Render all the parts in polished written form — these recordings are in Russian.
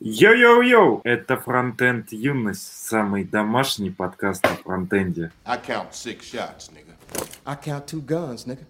Йоу-йоу-йоу! Это Фронтенд Юность, самый домашний подкаст о фронтенде. I count 6 shots, nigga. I count 2 guns, nigga.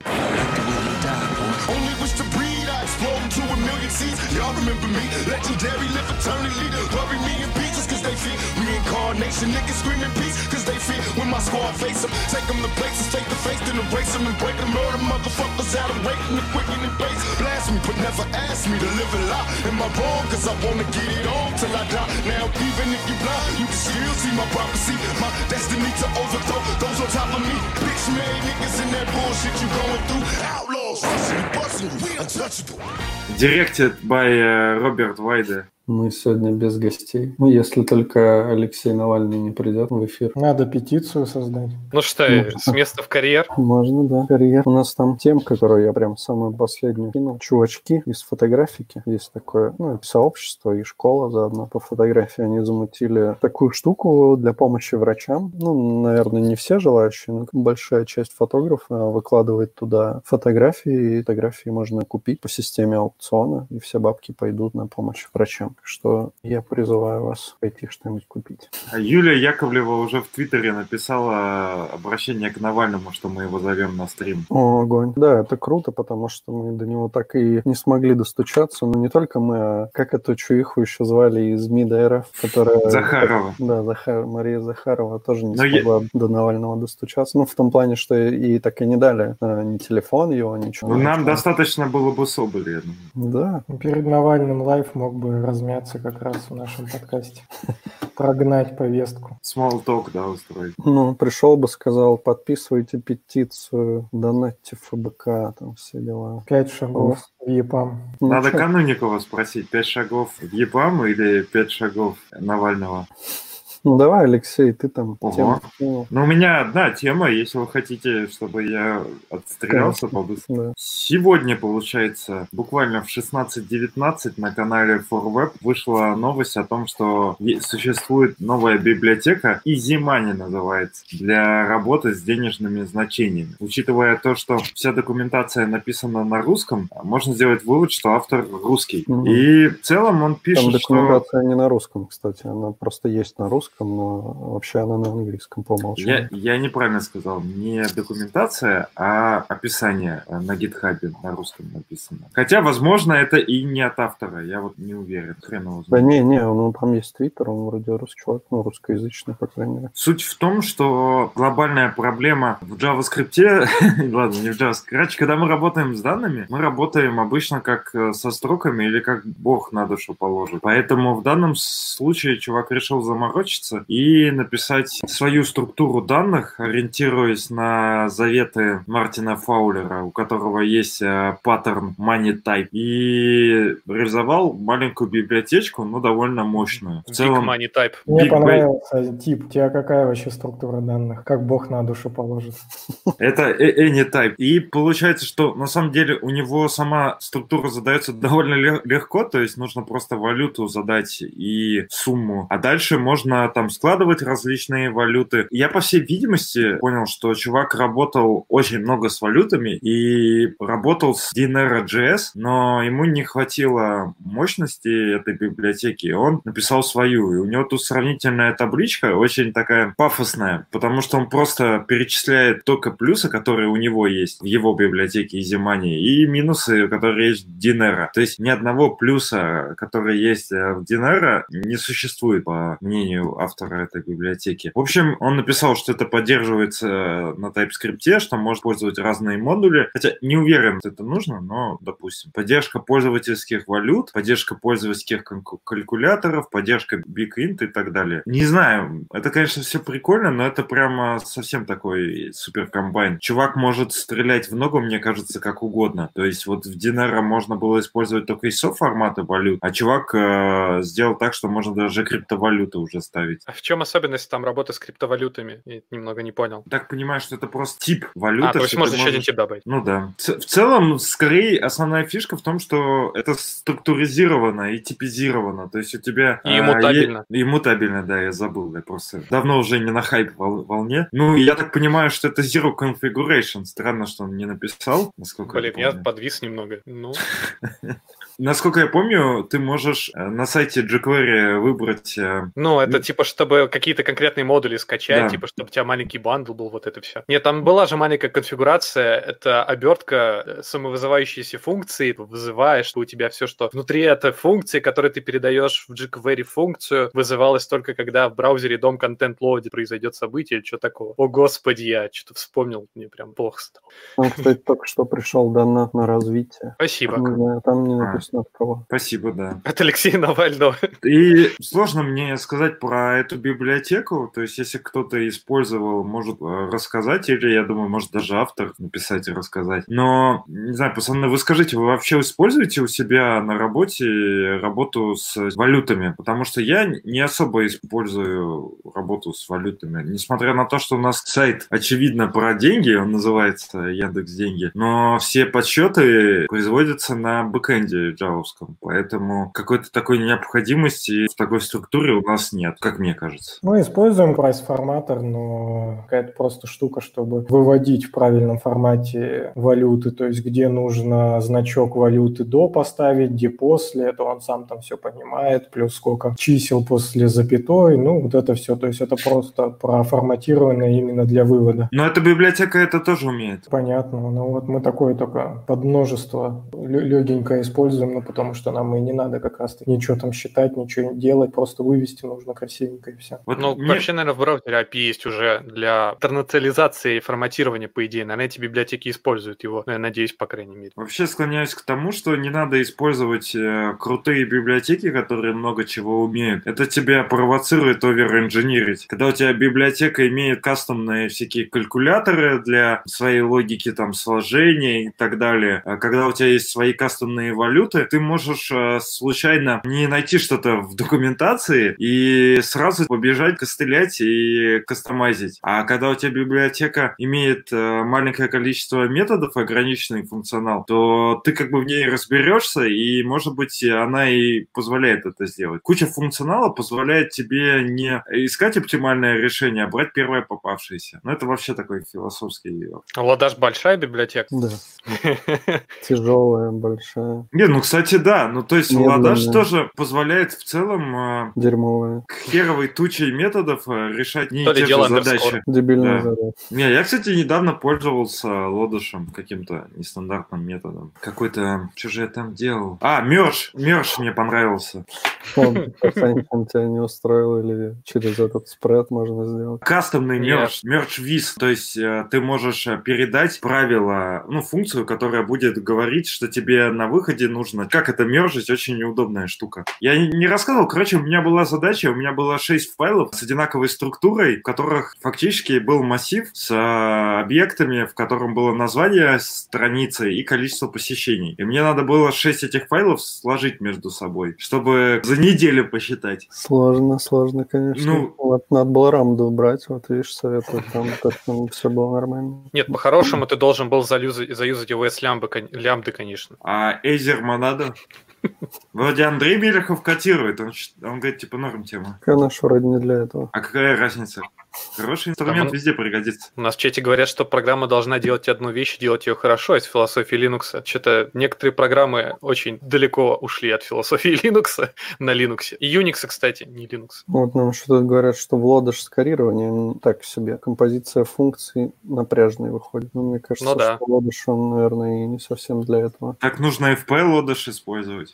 Only wish to breed, I explode into a million seeds. Y'all remember me, legendary, live eternally. Bury me in pieces cause they feed. Reincarnation, niggas screaming peace cause they feed. When my squad face them, take them to places, take the face, then erase them and break them. All the motherfuckers out of waiting to quicken and base. Blast me, but never ask me to live a lie. Am I wrong? Cause I wanna get it on till I die. Now even if you blind, you can still see my prophecy. My destiny to overthrow those on top of me. Bitch made niggas in that bullshit you going through. Outlaws, rushing and busting you, we untouchable. Directed by Роберт Вайде. Мы сегодня без гостей. Ну, если только Алексей Навальный не придет в эфир. Надо петицию создать. Ну что, с места в карьер? Можно, да. Карьер. У нас там тема, которую я прям самую последнюю кинул. Чувачки из фотографики. Есть такое, сообщество и школа заодно по фотографии. Они замутили такую штуку для помощи врачам. Ну, наверное, не все желающие, но большая часть фотографов выкладывает туда фотографии. И фотографии можно купить по системе аукциона. И все бабки пойдут на помощь врачам. Что я призываю вас пойти что-нибудь купить. Юлия Яковлева уже в Твиттере написала обращение к Навальному, что мы его зовем на стрим. О, огонь. Да, это круто, потому что мы до него так и не смогли достучаться. Но не только мы, а как эту чуиху еще звали из МИДа РФ, которая... Захарова. Да, Мария Захарова тоже не смогла до Навального достучаться. Ну, в том плане, что и так и не дали ни телефон его, ничего. Нам достаточно было бы Соболя, я думаю. Да. Перед Навальным лайф мог бы размяться как раз в нашем подкасте. Прогнать повестку. Small talk, да, устроить. Ну, пришел бы, сказал, подписывайте петицию, донатьте ФБК, там все дела. 5 шагов в ЕПАМ. Надо Кануникова спросить, 5 шагов в ЕПАМ или 5 шагов Навального? Ну, давай, Алексей, ты там тему. Ну, у меня одна тема, если вы хотите, чтобы я отстрелялся побыстрее. Да. Сегодня, получается, буквально в 16:19 на канале 4Web вышла новость о том, что существует новая библиотека, EasyMoney называется, для работы с денежными значениями. Учитывая то, что вся документация написана на русском, можно сделать вывод, что автор русский. Угу. И в целом он пишет, там документация не на русском, кстати, она просто есть на русском, но вообще она на английском по умолчанию. Я неправильно сказал. Не документация, а описание на гитхабе на русском написано. Хотя, возможно, это и не от автора. Я вот не уверен. Хрен его знает. Да не, там есть твиттер, он вроде русский человек, русскоязычный, по крайней мере. Суть в том, что глобальная проблема в JavaScript, ладно, не в JavaScript, короче, когда мы работаем с данными, мы работаем обычно как со строками или как Бог на душу положит. Поэтому в данном случае чувак решил заморочиться и написать свою структуру данных, ориентируясь на заветы Мартина Фаулера, у которого есть паттерн money type, и реализовал маленькую библиотечку, но довольно мощную. В целом, money type. Мне понравился тип. У тебя какая вообще структура данных? Как Бог на душу положит? Это any type. И получается, что на самом деле у него сама структура задается довольно легко, то есть нужно просто валюту задать и сумму, а дальше можно там складывать различные валюты. Я, по всей видимости, понял, что чувак работал очень много с валютами и работал с Dinero.js, но ему не хватило мощности этой библиотеки. Он написал свою, и у него тут сравнительная табличка, очень такая пафосная, потому что он просто перечисляет только плюсы, которые у него есть в его библиотеке EasyMoney, и минусы, которые есть в Dinero. То есть ни одного плюса, который есть в Dinero, не существует, по мнению автора этой библиотеки. В общем, он написал, что это поддерживается на TypeScript, что может использовать разные модули. Хотя не уверен, что это нужно, но, допустим, поддержка пользовательских валют, поддержка пользовательских калькуляторов, поддержка BigInt и так далее. Не знаю, это, конечно, все прикольно, но это прямо совсем такой суперкомбайн. Чувак может стрелять в ногу, мне кажется, как угодно. То есть вот в Dinero можно было использовать только ISO-форматы валют, а чувак сделал так, что можно даже криптовалюты уже ставить. А в чем особенность там работы с криптовалютами? Я немного не понял. Так понимаю, что это просто тип валюты. То есть можно еще один тип добавить. Ну да. В целом, скорее, основная фишка в том, что это структуризировано и типизировано. То есть у тебя... И иммутабельно. Иммутабельно, да, я забыл. Я просто давно уже не на хайп-волне. Ну, я так понимаю, что это Zero Configuration. Странно, что он не написал, насколько я подвис немного. Ну... насколько я помню, ты можешь на сайте jQuery выбрать... Ну, это типа, чтобы какие-то конкретные модули скачать, Да. типа, чтобы у тебя маленький бандл был, вот это все. Нет, там была же маленькая конфигурация, это обертка самовызывающейся функции, вызываешь, что у тебя все, что внутри этой функции, которую ты передаешь в jQuery функцию, вызывалось только когда в браузере DOM Content Load произойдет событие или что такого. О, господи, я что-то вспомнил, мне прям плохо стало. Там, кстати, только что пришел донат на развитие. Спасибо. Не знаю, там не написано от кого. Спасибо, да. От Алексея Навального. И сложно мне сказать про эту библиотеку, то есть если кто-то использовал, может рассказать, или, я думаю, может даже автор написать и рассказать. Но, не знаю, пацаны, вы скажите, вы вообще используете у себя на работе работу с валютами? Потому что я не особо использую работу с валютами, несмотря на то, что у нас сайт, очевидно, про деньги, он называется Яндекс.Деньги, но все подсчеты производятся на бэкэнде джавовском, поэтому какой-то такой необходимости в такой структуре у нас нет, как мне кажется. Мы используем прайс-форматор, но какая-то просто штука, чтобы выводить в правильном формате валюты, то есть где нужно значок валюты до поставить, где после, это он сам там все понимает, плюс сколько чисел после запятой, ну вот это все, то есть это просто проформатировано именно для вывода. Но эта библиотека это тоже умеет. Понятно, ну вот мы такое только под множество легенько используем, ну потому что нам и не надо как раз ничего там считать, ничего делать, просто вывести нужно красивенько и все. Вот Ну, мне- вообще, наверное, в браузере API есть уже для интернационализации и форматирования, по идее. Наверное, эти библиотеки используют его, я надеюсь, по крайней мере. Вообще склоняюсь к тому, что не надо использовать крутые библиотеки, которые много чего умеют. Это тебя провоцирует оверинжинирить. Когда у тебя библиотека имеет кастомные всякие калькуляторы для своей логики, там, сложения и так далее, а когда у тебя есть свои кастомные валюты, ты можешь случайно не найти что-то в документации и сразу побежать костылять и кастомайзить. А когда у тебя библиотека имеет маленькое количество методов, ограниченный функционал, то ты как бы в ней разберешься, и, может быть, она и позволяет это сделать. Куча функционала позволяет тебе не искать оптимальное решение, а брать первое попавшееся. Но это вообще такой философский... Ладаш большая библиотека? Да, тяжелая, большая, Не, ну, кстати, да. Ну, то есть Медленная. Ладаш тоже позволяет в целом дерьмовая, к херовой тучей методов решать не То ли те же дело задачи. андерскор. дебильная Да. задача. Не, я, кстати, недавно пользовался лодышем, каким-то нестандартным методом. Какой-то... Что же я там делал? Мерж. Мерж мне понравился. Он тебя не устроил или через этот спред можно сделать? Кастомный Нет. мерж. Мерж виз. То есть ты можешь передать правила, ну, функцию, которая будет говорить, что тебе на выходе нужно. Как это мержить? Очень неудобная штука. Я не рассказывал. Короче, у меня была задача. У меня было 6 файлов с одинаковой структурой, в которых фактически был массив с объектами, в котором было название страницы и количество посещений. И мне надо было 6 этих файлов сложить между собой, чтобы за неделю посчитать. Сложно, конечно. Ну- Вот надо было рамду убрать, вот видишь, советую, там точно все было нормально. Нет, по-хорошему ты должен был заюзать OS лямбды, конечно. А Эйзер Монада? Вроде Андрей Мелехов котирует. Он говорит, типа, норм тема. Конечно, вроде не для этого. А какая разница? Хороший инструмент Там он- везде пригодится. У нас в чате говорят, что программа должна делать одну вещь и делать ее хорошо из философии Linux. Что-то некоторые программы очень далеко ушли от философии Linux на Linux. И Unix, кстати, не Linux. Вот нам что-то говорят, что в лодыш скорирование так себе. Композиция функций напряжной выходит. Но мне кажется, Ну да. что лодыш, он, наверное, и не совсем для этого. Так нужно FP лодыш использовать.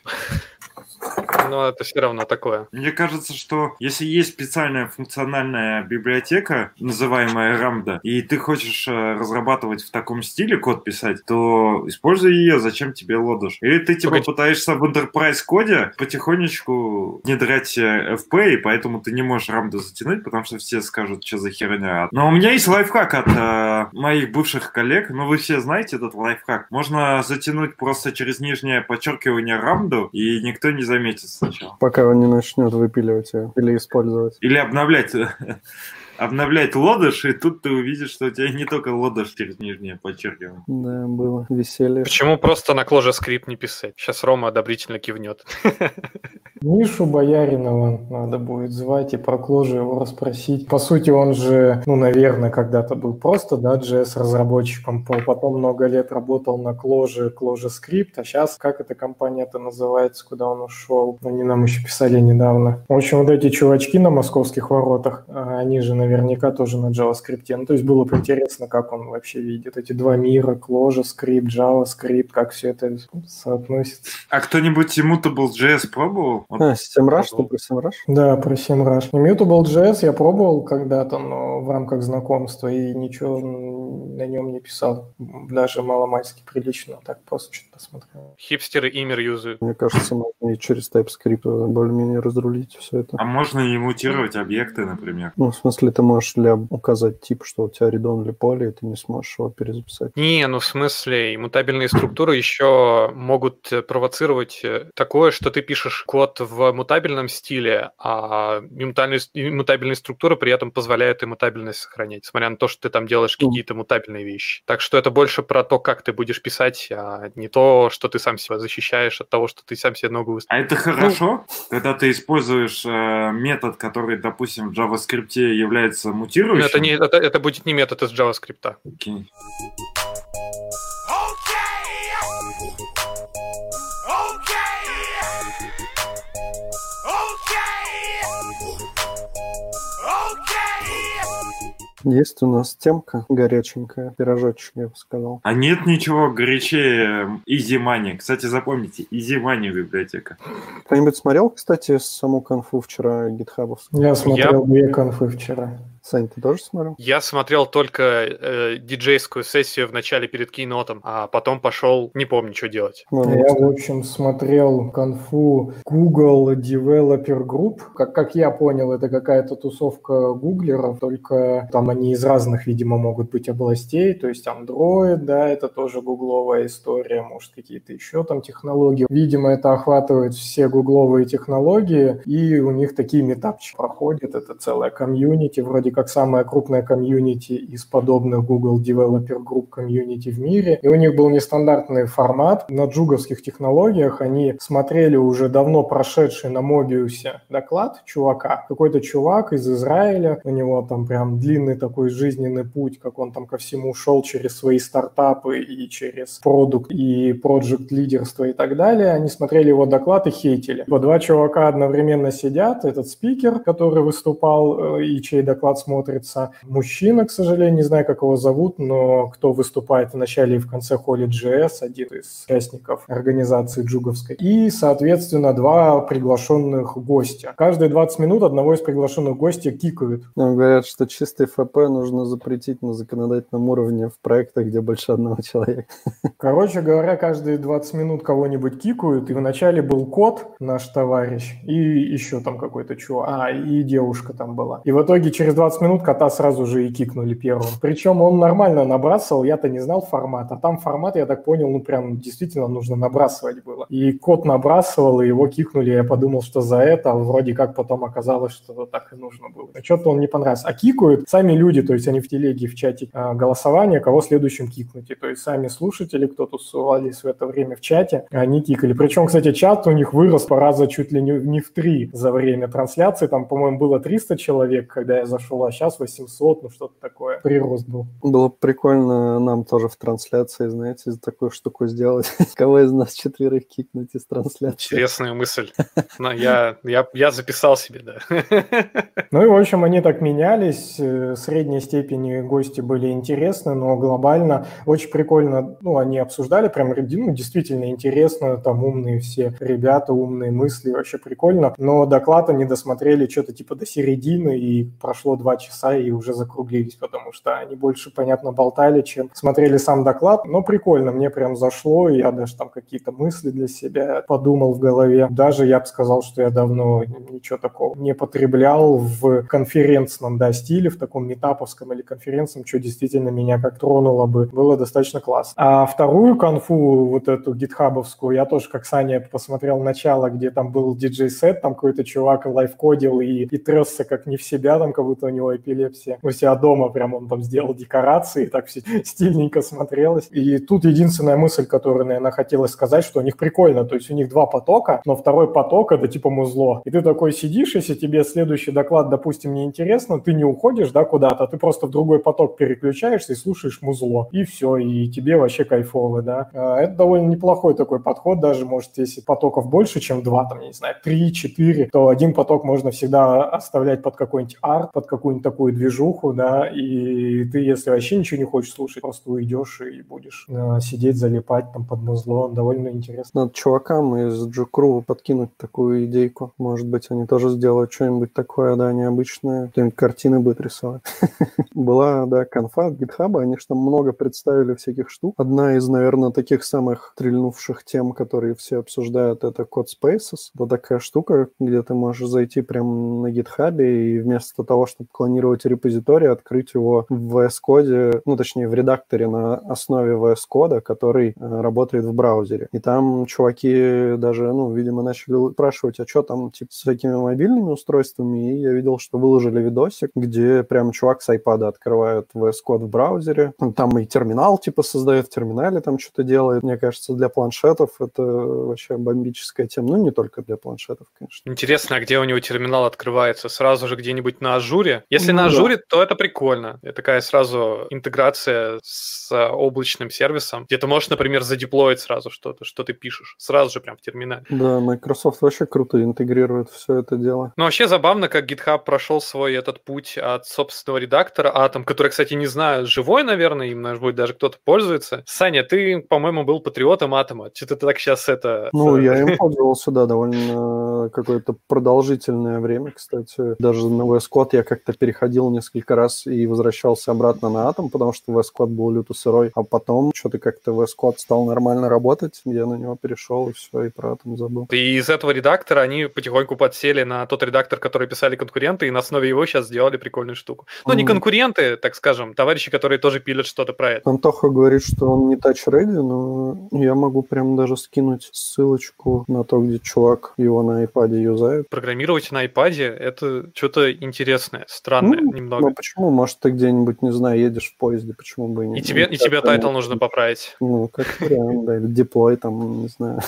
Но это все равно такое. Мне кажется, что если есть специальная функциональная библиотека, называемая Ramda, и ты хочешь разрабатывать в таком стиле код писать, то используй ее, зачем тебе лодыш? Или ты типа Погоди. пытаешься в enterprise коде потихонечку внедрять FP, и поэтому ты не можешь Ramda затянуть, потому что все скажут, что за херня. Но у меня есть лайфхак от моих бывших коллег, ну вы все знаете этот лайфхак. Можно затянуть просто через нижнее подчеркивание Ramda, и никто не заметит сначала. Пока он не начнет выпиливать ее или использовать. Или обновлять лодыш, и тут ты увидишь, что у тебя не только лодыш через нижнее подчеркивание. Да, было веселье. Почему просто на ClojureScript не писать? Сейчас Рома одобрительно кивнет. Мишу Бояринова надо будет звать и про Clojure его расспросить. По сути, он же, наверное, когда-то был просто, да, JS-разработчиком, потом много лет работал на Clojure Script, а сейчас, как эта компания-то называется, куда он ушел? Они нам еще писали недавно. В общем, вот эти чувачки на московских воротах, они же наверняка тоже на JavaScript. То есть было бы интересно, как он вообще видит эти два мира, Clojure Script, JavaScript, как все это соотносится. А кто-нибудь Immutable.js пробовал? SEMrush, ты про SEMrush? Да, про SEMrush. Immutable.js я пробовал когда-то, но в рамках знакомства, и ничего на нем не писал. Даже маломальски прилично, так просто что-то посмотрел. Хипстеры имер юзают. Мне кажется, можно и через TypeScript более-менее разрулить все это. А можно и мутировать объекты, например? В смысле, ты можешь указать тип, что у тебя read-only поле, и ты не сможешь его перезаписать. Не, в смысле, иммутабельные структуры еще могут провоцировать такое, что ты пишешь код в мутабельном стиле, а иммутабельные структуры при этом позволяют иммутабельность сохранять, несмотря на то, что ты там делаешь какие-то мутабельные вещи. Так что это больше про то, как ты будешь писать, а не то, что ты сам себя защищаешь от того, что ты сам себе ногу выставишь. А это хорошо, когда ты используешь метод, который, допустим, в JavaScript является мутирующим? Это будет не метод из JavaScript. Окей. Есть у нас темка горяченькая, пирожочек, я бы сказал. А нет ничего горячее Easy Money. Кстати, запомните, Easy Money библиотека. Кто-нибудь смотрел, кстати, саму конфу вчера гитхабовскую? Я смотрел 2 конфы вчера. Сань, ты тоже смотрел? Я смотрел только диджейскую сессию в начале перед кейнотом, а потом пошел, не помню, что делать. Я, в общем, смотрел конфу Google Developer Group. Как я понял, это какая-то тусовка гуглеров, только там они из разных, видимо, могут быть областей. То есть Android, да, это тоже гугловая история, может, какие-то еще там технологии. Видимо, это охватывает все гугловые технологии, и у них такие митапчики проходят. Это целая комьюнити, вроде как самая крупная комьюнити из подобных Google Developer Group комьюнити в мире. И у них был нестандартный формат. На джуговских технологиях они смотрели уже давно прошедший на Мобиусе доклад чувака. Какой-то чувак из Израиля, у него там прям длинный такой жизненный путь, как он там ко всему шел через свои стартапы и через продукт и проджект-лидерство и так далее. Они смотрели его доклад и хейтили. Два чувака одновременно сидят, этот спикер, который выступал и чей доклад смотрится, мужчина, к сожалению, не знаю, как его зовут, но кто выступает в начале и в конце Holy.js, один из участников организации джуговской, и, соответственно, 2 приглашенных гостя. Каждые 20 минут одного из приглашенных гостей кикают. Говорят, что чистый ФП нужно запретить на законодательном уровне в проектах, где больше одного человека. Короче говоря, каждые 20 минут кого-нибудь кикают, и вначале был кот, наш товарищ, и еще там какой-то чувак, и девушка там была. И в итоге через 20 минут кота сразу же и кикнули первым. Причем он нормально набрасывал, я-то не знал формат, а там формат, я так понял, прям действительно нужно набрасывать было. И кот набрасывал, и его кикнули, я подумал, что за это, вроде как потом оказалось, что так и нужно было. Но что-то он не понравился. А кикают сами люди, то есть они в телеге, в чате голосования, кого следующим кикнуть. И то есть сами слушатели, кто тусовались в это время в чате, они кикали. Причем, кстати, чат у них вырос по раза чуть ли не в 3 за время трансляции. Там, по-моему, было 300 человек, когда я зашел, а сейчас 800, что-то такое. Прирост был. Было бы прикольно нам тоже в трансляции, знаете, такую штуку сделать. Кого из нас 4 кикнуть из трансляции. Интересная мысль. Но я записал себе, да. Ну и, в общем, они так менялись. Средней степени гости были интересны, но глобально очень прикольно, они обсуждали, прям, действительно интересно, там умные все ребята, умные мысли, вообще прикольно. Но доклад они досмотрели что-то типа до середины, и прошло 2 часа, и уже закруглились, потому что они больше, понятно, болтали, чем смотрели сам доклад. Но прикольно, мне прям зашло, и я даже там какие-то мысли для себя подумал в голове. Даже я бы сказал, что я давно ничего такого не потреблял в конференцном, стиле, в таком митаповском или конференцном, что действительно меня как тронуло бы. Было достаточно классно. А вторую конфу, вот эту гитхабовскую, я тоже, как Саня, посмотрел начало, где там был диджей-сет, там какой-то чувак лайфкодил и трясся как не в себя, там как будто у него эпилепсия. У себя дома прям он там сделал декорации, так все стильненько смотрелось. И тут единственная мысль, которую, наверное, хотелось сказать, что у них прикольно, то есть у них 2 потока, но второй поток это типа музло. И ты такой сидишь, если тебе следующий доклад, допустим, не интересно, ты не уходишь, да, куда-то, ты просто в другой поток переключаешься и слушаешь музло. И все, и тебе вообще кайфово, да. Это довольно неплохой такой подход, даже, может, если потоков больше, чем 2, там, я не знаю, 3-4, то один поток можно всегда оставлять под какой-нибудь арт, под какую-нибудь такую движуху, да, и ты, если вообще ничего не хочешь слушать, просто уйдешь и будешь сидеть, залипать там под музло, довольно интересно. Надо чувакам из Джукру подкинуть такую идейку. Может быть, они тоже сделают что-нибудь такое, да, необычное. Кто-нибудь картины будет рисовать. Была, да, конфа от GitHub, они же там много представили всяких штук. Одна из, наверное, таких самых стрельнувших тем, которые все обсуждают, это CodeSpaces. Это такая штука, где ты можешь зайти прямо на GitHub и вместо того, чтобы клонировать репозиторий, открыть его в VS Code, ну, точнее, в редакторе на основе VS Code, который работает в браузере. И там чуваки даже, ну, видимо, начали спрашивать, а что там, типа, с такими мобильными устройствами, и я видел, что выложили видосик, где прям чувак с iPad открывает VS Code в браузере, там и терминал, типа, создает в терминале, там что-то делает. Мне кажется, для планшетов это вообще бомбическая тема. Ну, не только для планшетов, конечно. Интересно, а где у него терминал открывается? Сразу же где-нибудь на Ажуре? Если на Ажуре, то это прикольно. Это такая сразу интеграция с облачным сервисом, где ты можешь, например, задеплоить сразу что-то, что ты пишешь. Сразу же прям в терминале. Да, Microsoft вообще круто интегрирует все это дело. Ну, вообще забавно, как GitHub прошел свой этот путь от собственного редактора Atom, который, кстати, не знаю, живой, наверное, им, может быть, даже кто-то пользуется. Саня, ты, по-моему, был патриотом Атома. Что-то ты так сейчас это... Ну, я им пользовался, да, довольно какое-то продолжительное время, кстати. Даже на VS Code я как-то переходил несколько раз и возвращался обратно на Atom, потому что VS Code был люто сырой. А потом что-то как-то VS Code стал нормально работать, я на него перешел, и все, и про Atom забыл. И из этого редактора они потихоньку подсели на тот редактор, который писали конкуренты, и на основе его сейчас сделали прикольную штуку. Ну, не конкуренты, так скажем, товарищи, которые тоже пилят что-то про это. Антоха говорит, что он не touch-ready, но я могу прям даже скинуть ссылочку на то, где чувак его на iPad юзает. Программировать на iPad — это что-то интересное, странное немного. Ну, почему? Может, ты где-нибудь, не знаю, едешь в поезде, почему бы и не... И тебе тайтл нужно поправить. Ну, как вариант, да, или деплой там, не знаю.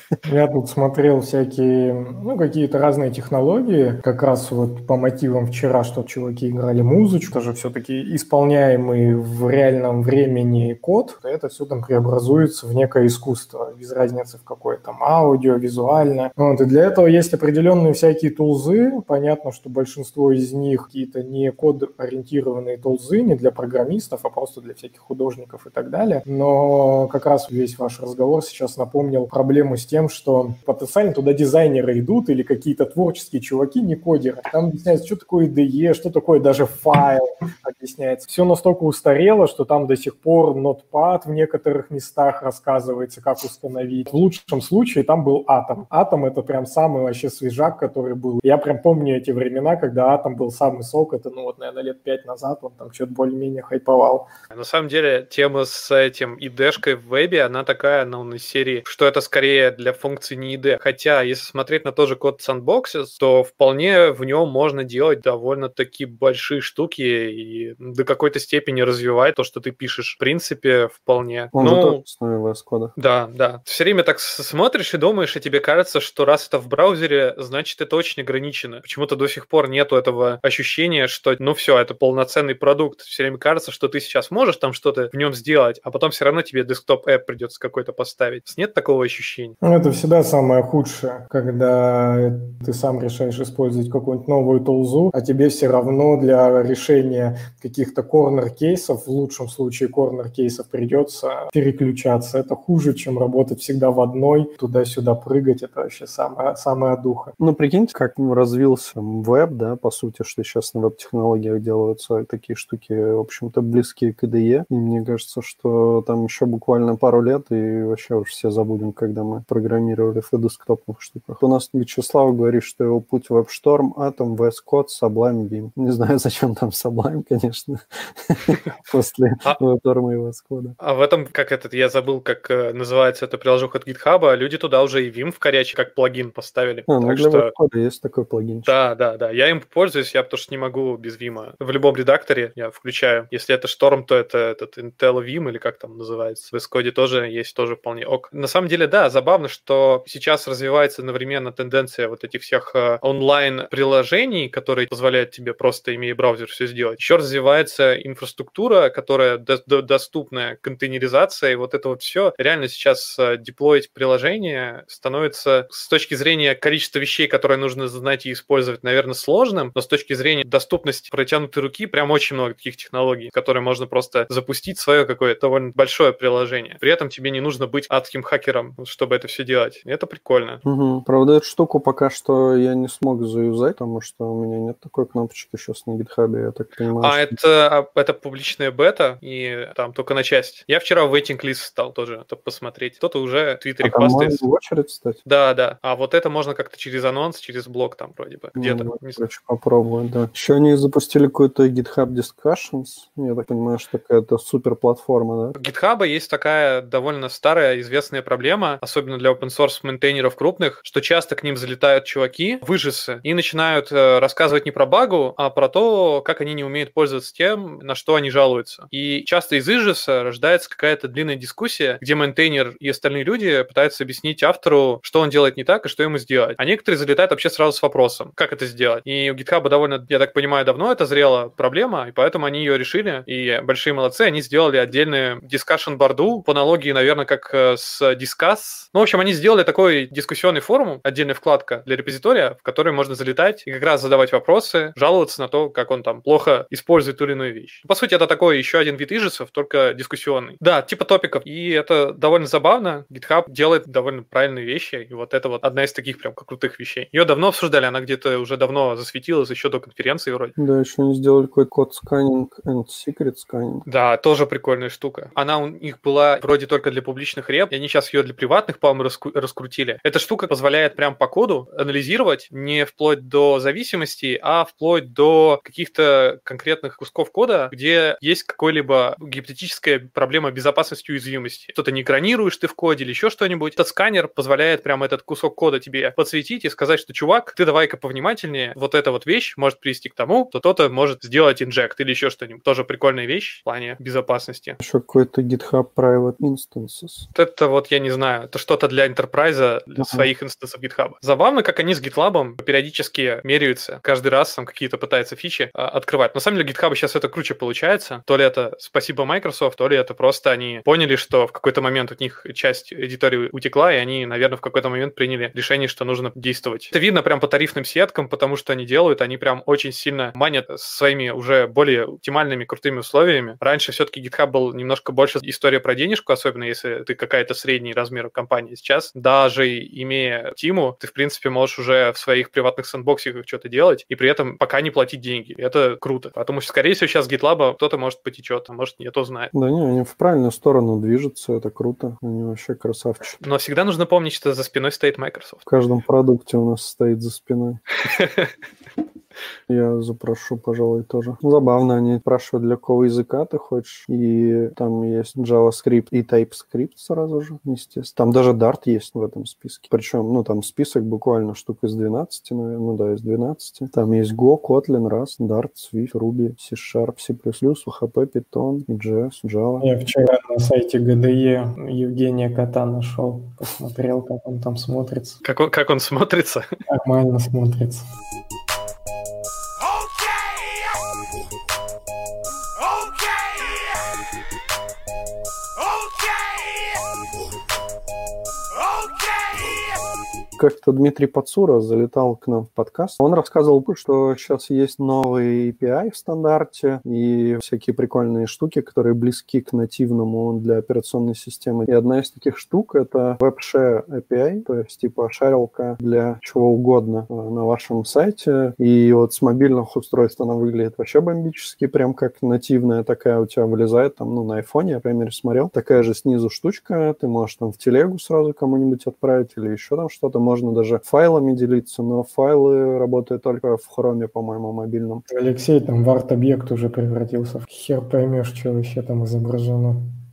Я тут смотрел всякие, ну, какие-то разные технологии, как раз вот по мотивам вчера, что чуваки играли музычку, тоже все-таки исполняемый в реальном времени код, это все там преобразуется в некое искусство, без разницы в какое там аудио, визуально. Вот, и для этого есть определенные всякие тулзы, понятно, что большинство из них какие-то не код-ориентированные тулзы, не для программистов, а просто для всяких художников и так далее, но как раз весь ваш разговор сейчас напомнил проблему с тем, что потенциально туда дизайнеры идут или какие-то творческие чуваки, не кодеры. Там объясняется, что такое IDE, что такое даже файл, объясняется. Все настолько устарело, что там до сих пор Notepad в некоторых местах рассказывается, как установить. В лучшем случае там был Atom. Atom — это прям самый вообще свежак, который был. Я прям помню эти времена, когда Atom был самый сок. Это, ну вот, наверное, лет 5 назад он там что-то более-менее хайповал. На самом деле, тема с этим IDE-шкой в вебе, она такая, ну, из серии, что это скорее для функций не IDE. Хотя, если смотреть на тот же код Sandboxes, то вполне в нем можно делать довольно-таки большие штуки и до какой-то степени развивать то, что ты пишешь. В принципе, вполне. Он же тоже в основе VS Code. Да, да. Все время так смотришь и думаешь, и тебе кажется, что раз это в браузере, значит, это очень ограничено. Почему-то до сих пор нету этого ощущения, что, ну все, это полноценный продукт. Все время кажется, что ты сейчас можешь там что-то в нем сделать, а потом все равно тебе десктоп-эп придется какой-то поставить. Нет такого ощущения? Ну, это всегда самое худшее, когда ты сам решаешь использовать какую-нибудь новую тулзу, а тебе все равно для решения каких-то корнер-кейсов, в лучшем случае корнер-кейсов, придется переключаться. Это хуже, чем работать всегда в одной, туда-сюда прыгать. Это вообще самое духа. Ну, прикиньте, как развился веб, да, по сути, что сейчас на веб-технологиях делаются такие штуки, в общем-то, близкие к IDE. И мне кажется, что там еще буквально пару лет, и вообще уж все забудем, когда мы программировали в десктопных штуках. У нас Вячеслав говорит, что его путь в WebStorm, Atom, VS Code, Sublime, Vim. Не знаю, зачем там Sublime, конечно, после WebStorm и VS Code. А в этом, как этот, я забыл, как называется это приложуха от GitHub, люди туда уже и Vim вкоряче как плагин поставили. Ну для VS Code есть такой плагин. Да. Я им пользуюсь, потому что не могу без Vim. В любом редакторе я включаю. Если это Storm, то это этот Intel Vim, или как там называется. В Xcode тоже есть, тоже вполне ок. На самом деле, да, забавно, что сейчас развивается одновременно тенденция вот этих всех онлайн-приложений, которые позволяют тебе просто, имея браузер, все сделать. Еще развивается инфраструктура, которая доступная, контейнеризация, и вот это вот все. Реально сейчас деплоить приложение становится с точки зрения количества вещей, которые нужно знать и использовать, наверное, сложным, но с точки зрения доступности протянутой руки прям очень много таких технологий, которые можно просто запустить свое какое-то довольно большое приложение. При этом тебе не нужно быть адским хакером, чтобы это все делать. И это прикольно. Угу. Правда, эту штуку пока что я не смог заюзать, потому что у меня нет такой кнопочки сейчас на GitHub, я так понимаю. Это публичная бета, и там только на часть. Я вчера в waiting list стал тоже это посмотреть. Кто-то уже в Твиттере хвастается. Можно в очередь встать? Да. А вот это можно как-то через анонс, через блог там вроде бы. Где-то. Короче, попробовать, да. Еще они запустили какой-то GitHub Discussions. Я так понимаю, что какая-то супер платформа, да? У GitHub есть такая довольно старая известная проблема, особенно для open-source мейнтейнеров крупных, что часто к ним залетают чуваки, выжисы, и начинают рассказывать не про багу, а про то, как они не умеют пользоваться тем, на что они жалуются. И часто из изжиса рождается какая-то длинная дискуссия, где мейнтейнер и остальные люди пытаются объяснить автору, что он делает не так и что ему сделать. А некоторые залетают вообще сразу с вопросом, как это сделать. И у GitHub довольно, я так понимаю, давно это зрела проблема, и поэтому они ее решили, и большие молодцы, они сделали отдельную discussion-борду, по аналогии, наверное, как с Discuss. Ну, в общем, они сделали такой дискуссионный форум, отдельная вкладка для репозитория, в которой можно залетать и как раз задавать вопросы, жаловаться на то, как он там плохо использует ту или иную вещь. По сути, это такой еще один вид ижисов, только дискуссионный. Да, типа топиков. И это довольно забавно. GitHub делает довольно правильные вещи, и вот это вот одна из таких прям крутых вещей. Ее давно обсуждали, она где-то уже давно засветилась, еще до конференции вроде. Да, еще они сделали какой-то код сканинг and secret scanning. Да, тоже прикольная штука. Она у них была вроде только для публичных реп, и они сейчас ее для приватных, по-моему, раскрутили. Эта штука позволяет прям по коду анализировать не вплоть до зависимостей, а вплоть до каких-то конкретных кусков кода, где есть какой-либо гипотетическая проблема безопасности и уязвимости. Что-то не экранируешь ты в коде или еще что-нибудь. Этот сканер позволяет прям этот кусок кода тебе подсветить и сказать, что, чувак, ты давай-ка повнимательнее, вот эта вот вещь может привести к тому, что кто-то может сделать инжект или еще что-нибудь. Тоже прикольная вещь в плане безопасности. Еще какой-то GitHub Private Instances. Вот это вот, я не знаю, это что-то для enterprise, для своих инстансов GitHub. Забавно, как они с GitLab периодически меряются. Каждый раз там какие-то пытаются фичи открывать. На самом деле GitHub сейчас это круче получается. То ли это спасибо Microsoft, то ли это просто они поняли, что в какой-то момент у них часть аудитории утекла, и они, наверное, в какой-то момент приняли решение, что нужно действовать. Это видно прям по тарифным сеткам, потому что они делают, они прям очень сильно манят своими уже более оптимальными, крутыми условиями. Раньше все-таки GitHub был немножко больше история про денежку, особенно если ты какая-то средний размер компании. Сейчас, даже имея Тиму, ты, в принципе, можешь уже в своих приватных сэндбоксиках что-то делать, и при этом пока не платить деньги. Это круто. Потому что, скорее всего, сейчас GitLab кто-то может потечет, а может, не то знает. Да не, они в правильную сторону движутся, это круто. Они вообще красавчики. Но всегда нужно помнить, что за спиной стоит Microsoft. В каждом продукте у нас стоит за спиной. Я запрошу, пожалуй, тоже. Забавно, они спрашивают, для какого языка ты хочешь. И там есть JavaScript и TypeScript сразу же, естественно. Там даже Dart есть в этом списке. Причем, там список буквально штук из 12, наверное. Из 12. Там есть Go, Kotlin, Rust, Dart, Swift, Ruby, C#, C++, PHP, Python, JS, Java. Я вчера на сайте GDE Евгения Кота нашел. Посмотрел, как он там смотрится. Как он смотрится? Нормально смотрится. Как-то Дмитрий Пацура залетал к нам в подкаст. Он рассказывал, что сейчас есть новый API в стандарте и всякие прикольные штуки, которые близки к нативному для операционной системы. И одна из таких штук — это WebShare API, то есть типа шарилка для чего угодно на вашем сайте. И вот с мобильных устройств она выглядит вообще бомбически, прям как нативная такая у тебя вылезает там, на айфоне, я, по крайней мере, смотрел. Такая же снизу штучка, ты можешь там в телегу сразу кому-нибудь отправить или еще там что-то. Можно даже файлами делиться, но файлы работают только в Chrome, по-моему, мобильном. Алексей, там в арт-объект уже превратился. Хер поймешь, что вообще там изображено.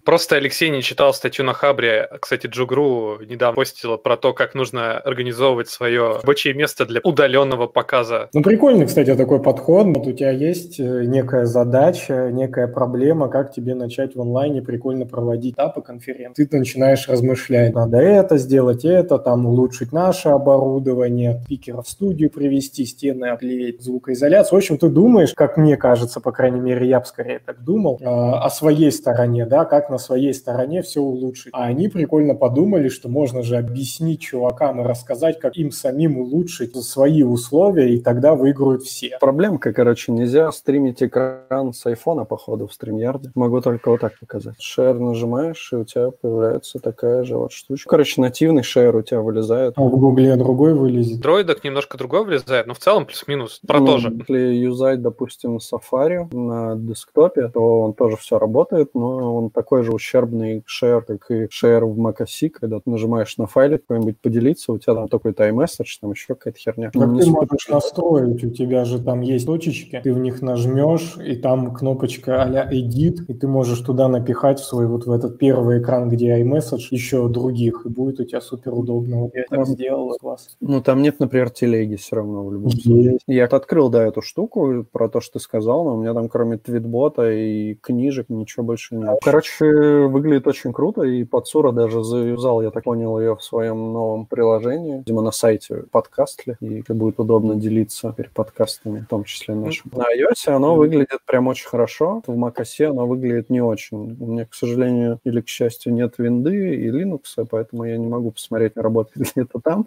Просто Алексей не читал статью на Хабре. Кстати, Джугру недавно постила про то, как нужно организовывать свое рабочее место для удаленного показа. Ну, прикольный, кстати, такой подход. Вот у тебя есть некая задача, некая проблема, как тебе начать в онлайне прикольно проводить этапы конференции. Ты начинаешь размышлять, надо это сделать, это, там улучшить наше оборудование, спикеров в студию привести, стены обклеить, звукоизоляцию. В общем, ты думаешь, как мне кажется, по крайней мере, я бы скорее так думал, о своей стороне, да, как на своей стороне все улучшить. А они прикольно подумали, что можно же объяснить чувакам и рассказать, как им самим улучшить свои условия, и тогда выиграют все. Проблемка, короче, нельзя стримить экран с айфона, походу, в StreamYard. Могу только вот так показать. Share нажимаешь, и у тебя появляется такая же вот штучка. Короче, нативный share у тебя вылезает. А в Гугле другой вылезет. Дроидок немножко другой влезает, но в целом плюс-минус про то же. Если юзать, допустим, Safari на десктопе, то он тоже все работает, но он такой же ущербный share, как и share в macOS, когда ты нажимаешь на файлик какой-нибудь поделиться, у тебя там такой iMessage, там еще какая-то херня. Так ты можешь настроить, у тебя же там есть точечки, ты в них нажмешь, и там кнопочка а-ля Edit, и ты можешь туда напихать в свой вот в этот первый экран, где iMessage, еще других, и будет у тебя супер удобно. Вот я так сделал, класс. Ну, там нет, например, телеги все равно в любом случае. Я открыл, да, эту штуку про то, что ты сказал, но у меня там кроме твитбота и книжек ничего больше нет. Короче, выглядит очень круто, и Пацура даже заюзал, я так понял, ее в своем новом приложении, видимо, на сайте подкастли, и это будет удобно делиться подкастами, в том числе нашим. На iOS оно выглядит прям очень хорошо, в macOS оно выглядит не очень. У меня, к сожалению, или к счастью, нет винды и Linux, поэтому я не могу посмотреть, работает ли это там.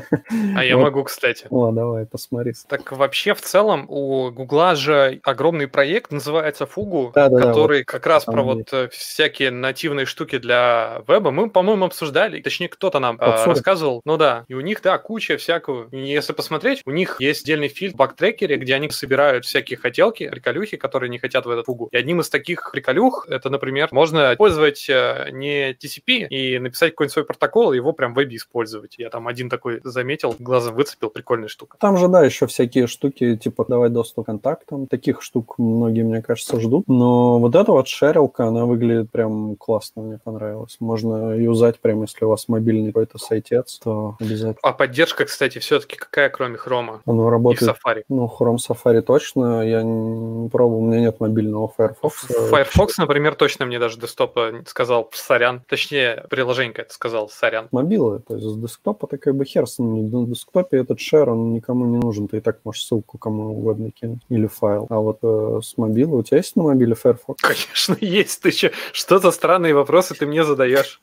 А я могу, кстати. О, давай, посмотри. Так вообще, в целом, у Гугла же огромный проект, называется Fugu, Да-да-да, который вот как раз там про вот всякие нативные штуки для веба мы, по-моему, обсуждали, точнее, кто-то нам рассказывал. Ну да, и у них, да, куча всякого. И если посмотреть, у них есть отдельный фильтр в бактрекере, где они собирают всякие хотелки, приколюхи, которые не хотят в этот Fugu. И одним из таких приколюх, это, например, можно использовать не TCP и написать какой-нибудь свой протокол, и его прям в вебе использовать. Я там один такой заметил, глазом выцепил, прикольная штука. Там же, да, еще всякие штуки, типа давать доступ к контактам. Таких штук многие, мне кажется, ждут. Но вот эта вот шерилка, она выглядит прям классно, мне понравилось. Можно юзать прям, если у вас мобильный какой-то сайтец, то обязательно. А поддержка, кстати, все-таки какая, кроме Хрома? Оно работает. И в Safari. Ну, Chrome Safari точно. Я не пробовал, у меня нет мобильного Firefox. Firefox, например, точно мне даже десктопа сказал сорян. Точнее, приложение это сказал сорян. Мобилы, то есть с десктопа ты как бы хер с ним. На десктопе этот шер, он никому не нужен. Ты и так можешь ссылку кому угодно кинуть. Или файл. А вот с мобила, у тебя есть на мобиле Firefox? Конечно, есть. Ты что за странные вопросы ты мне задаешь?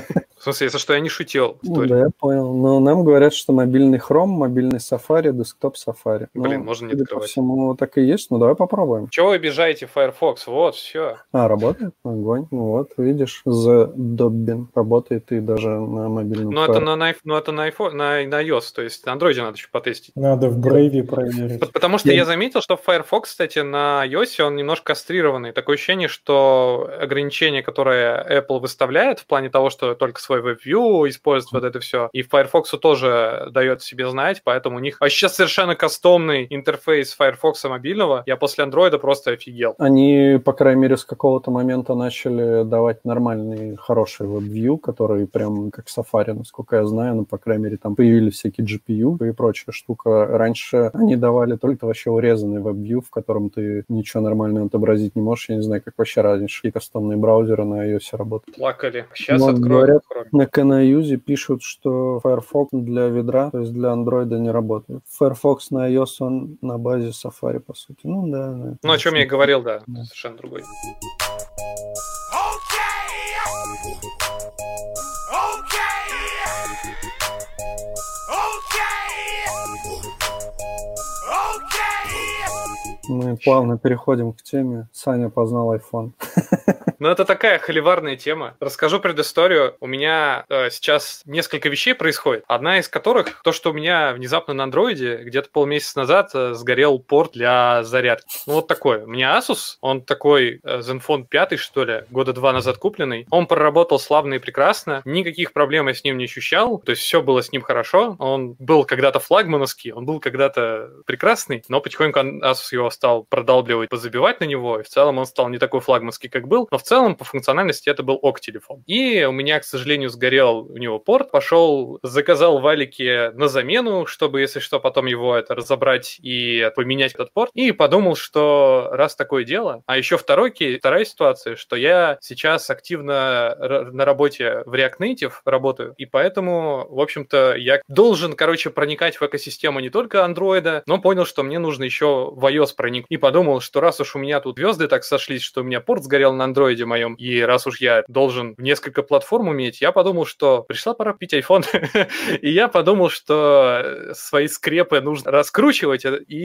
В смысле, если что, я не шутил. Ну, да, я понял. Но нам говорят, что мобильный Chrome, мобильный Safari, десктоп Safari. Блин, можно не открывать. По всему так и есть, ну давай попробуем. Чего вы обижаете Firefox? Вот, все. А, работает? Огонь. Ну вот, видишь, The Dobbin работает и даже на мобильном. Ну, это на iPhone, на iOS, то есть на Android надо еще потестить. Надо в Brave проверить. Потому что я заметил, что Firefox, кстати, на iOS он немножко кастрированный. Такое ощущение, что ограничения, которые Apple выставляет в плане того, что только свой WebView использует вот это все, и Firefox тоже дает себе знать, поэтому у них вообще совершенно кастомный интерфейс Firefox мобильного. Я после Android просто офигел. Они, по крайней мере, с какого-то момента начали давать нормальный, хороший WebView, который прям как Safari, насколько я знаю, но, по крайней мере, там появились всякие GPU и прочая штука. Раньше они давали только вообще урезанный WebView, в котором ты ничего нормального отобразить не можешь. Я не знаю, как вообще раньше и кастомные браузеры на iOS работают. Плакали. Сейчас вот, открою. Говорят, на Canayuze пишут, что Firefox для ведра, то есть для Android не работает. Firefox на iOS, он на базе Safari, по сути. Ну, да. Ну, о чем я и говорил, да. Совершенно другой. Мы плавно переходим к теме. Саня познал iPhone. Ну, это такая холиварная тема. Расскажу предысторию. У меня сейчас несколько вещей происходит. Одна из которых, то, что у меня внезапно на андроиде где-то полмесяца назад сгорел порт для зарядки. Ну, вот такой. У меня Asus, он такой Zenfone 5, что ли, года 2 назад купленный. Он проработал славно и прекрасно. Никаких проблем я с ним не ощущал. То есть все было с ним хорошо. Он был когда-то флагмановский, он был когда-то прекрасный, но потихоньку Asus его стал продалбливать, позабивать на него, и в целом он стал не такой флагманский, как был. Но в целом по функциональности это был ок телефон. И у меня, к сожалению, сгорел у него порт, пошел, заказал валики на замену, чтобы, если что, потом его это разобрать и поменять этот порт. И подумал, что раз такое дело... А еще вторая ситуация, что я сейчас активно на работе в React Native работаю, и поэтому, в общем-то, я должен, проникать в экосистему не только андроида, но понял, что мне нужно еще в iOS проникнуть. И подумал, что раз уж у меня тут звезды так сошлись, что у меня порт сгорел на андроиде моем, и раз уж я должен несколько платформ уметь, я подумал, что пришла пора пить iPhone. И я подумал, что свои скрепы нужно раскручивать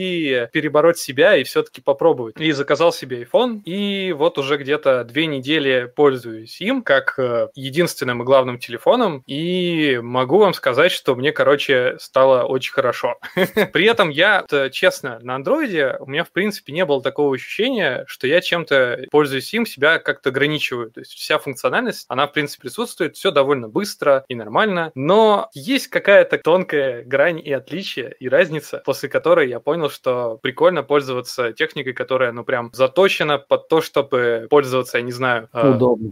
и перебороть себя, и все-таки попробовать. И заказал себе iPhone, и вот уже где-то 2 недели пользуюсь им, как единственным и главным телефоном, и могу вам сказать, что мне, стало очень хорошо. При этом я, честно, на андроиде у меня, в принципе, не было такого ощущения, что я чем-то, пользуясь им, себя как-то ограничиваю. То есть вся функциональность, она, в принципе, присутствует, все довольно быстро и нормально, но есть какая-то тонкая грань и отличие, и разница, после которой я понял, что прикольно пользоваться техникой, которая, прям заточена под то, чтобы пользоваться, я не знаю... Удобно.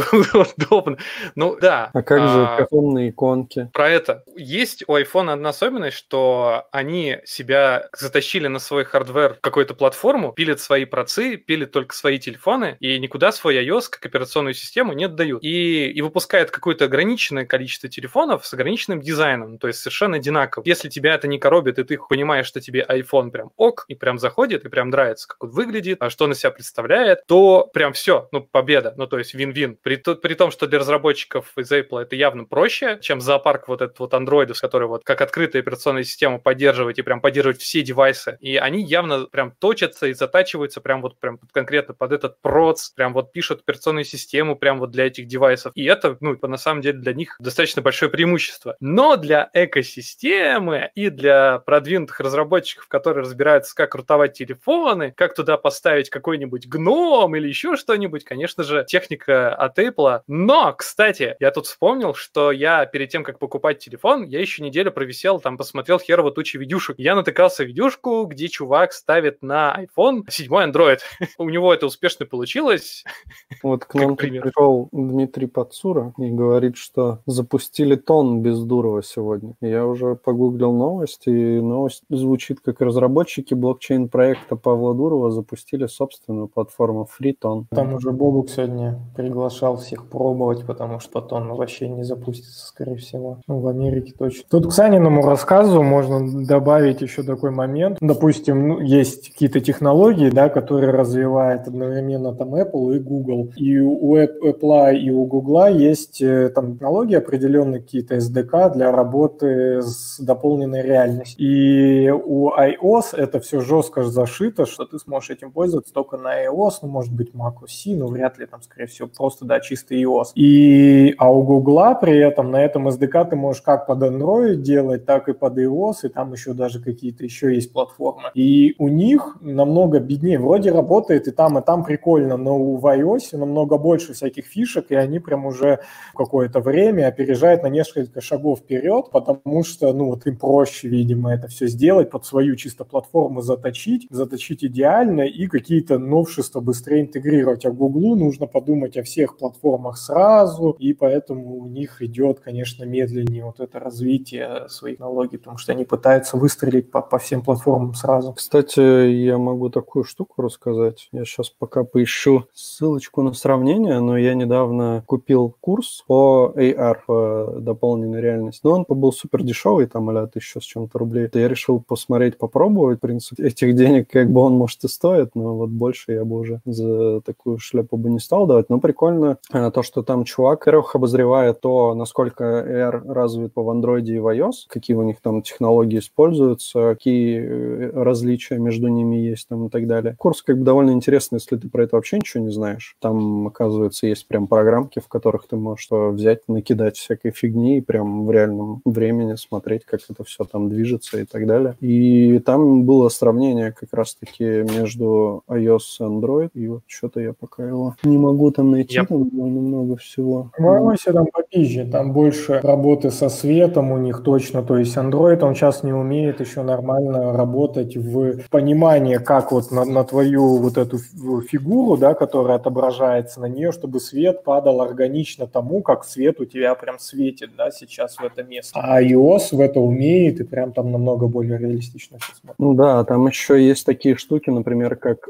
Удобно. Да. А как же картонные иконки? Про это. Есть у iPhone одна особенность, что они себя затащили на свой хардвер в какую-то платформу, пилят свои процы, пилят только свои телефоны, и никуда свой iOS как операционную систему не отдают. И выпускают какое-то ограниченное количество телефонов с ограниченным дизайном, то есть совершенно одинаково. Если тебя это не коробит, и ты понимаешь, что тебе iPhone прям ок, и прям заходит, и прям нравится, как он выглядит, что он из себя представляет, то прям все, победа, то есть вин-вин. При том, что для разработчиков из Apple это явно проще, чем зоопарк вот этот вот андроидов, который вот как открытая операционная система поддерживать и прям поддерживать все девайсы. И они явно прям точатся и затачиваются прям конкретно под этот проц, прям вот пишут операционную систему прям вот для этих девайсов. И это, на самом деле для них достаточно большое преимущество. Но для экосистемы и для продвинутых разработчиков, которые разбираются, как рутовать телефоны, как туда поставить какой-нибудь гном или еще что-нибудь, конечно же, техника от Apple. Но, кстати, я тут вспомнил, что я перед тем, как покупать телефон, я еще неделю провисел, посмотрел херово тучи видюшек. Я натыкался в видюшку, где чувак ставит на iPhone 7 Android. У него это успешно получилось. Вот к нам пришел Дмитрий Пацура и говорит, что запустили тон без Дурова сегодня. Я уже погуглил новость, и новость звучит как: разработчики блокчейн-проекта Павла Дурова запустили собственную платформу FreeTon. Там уже Бобук сегодня приглашал всех пробовать, потому что тон вообще не запустится, скорее всего. В Америке точно. Тут к Саниному рассказу можно добавить еще такой момент. Допустим, есть какие-то технологии, которые развивает одновременно Apple и Google. И у Apple и у Google есть технологии определенные, какие-то SDK для работы с дополненной реальностью. И у iOS это все жестко зашито, что ты сможешь этим пользоваться только на iOS, может быть Mac OS, вряд ли скорее всего, просто, чистый iOS. А у Google при этом на этом SDK ты можешь как под Android делать, так и под iOS, и там еще даже какие-то еще есть платформы. И у них намного беднее. Вроде работает и там прикольно, но в iOS намного больше всяких фишек, и они прям уже какое-то время опережают на несколько шагов вперед, потому что, им проще, видимо, это все сделать, под свою чисто платформу заточить идеально и какие-то новшества быстрее интегрировать. А Google нужно подумать о всех платформах сразу, и поэтому у них идет, конечно, медленнее вот это развитие своих технологий, потому что они пытаются выстрелить по всем платформам сразу. Кстати, я могу такую штуку рассказать. Я сейчас пока поищу ссылочку на сравнение, но я недавно купил курс по AR, по дополненной реальности. Но он был супер дешевый, там, 1000 с чем-то рублей. Я решил посмотреть, попробовать. В принципе, этих денег он, может, и стоит, но вот больше я бы уже за такую шляпу бы не стал давать. Но прикольно то, что там чувак, во-первых, обозревает то, насколько AR развит в Android и в iOS, какие у них там технологии используются, какие различия между ними есть там и так далее. Курс довольно интересный, если ты про это вообще ничего не знаешь. Там, оказывается, есть прям программки, в которых ты можешь взять, накидать всякой фигни и прям в реальном времени смотреть, как это все там движется и так далее. И там было сравнение как раз-таки между iOS и Android, и вот что-то я пока его не могу там найти, там довольно много всего. В iOS там попизже, там больше работы со светом у них точно, то есть Android, он сейчас не умеет еще нормально работать в понимании, как вот на твою вот эту фигуру, которая отображается отображается на нее, чтобы свет падал органично тому, как свет у тебя прям светит, да, сейчас в это место. А iOS в это умеет и прям там намного более реалистично все смотрит. Ну да, там еще есть такие штуки, например, как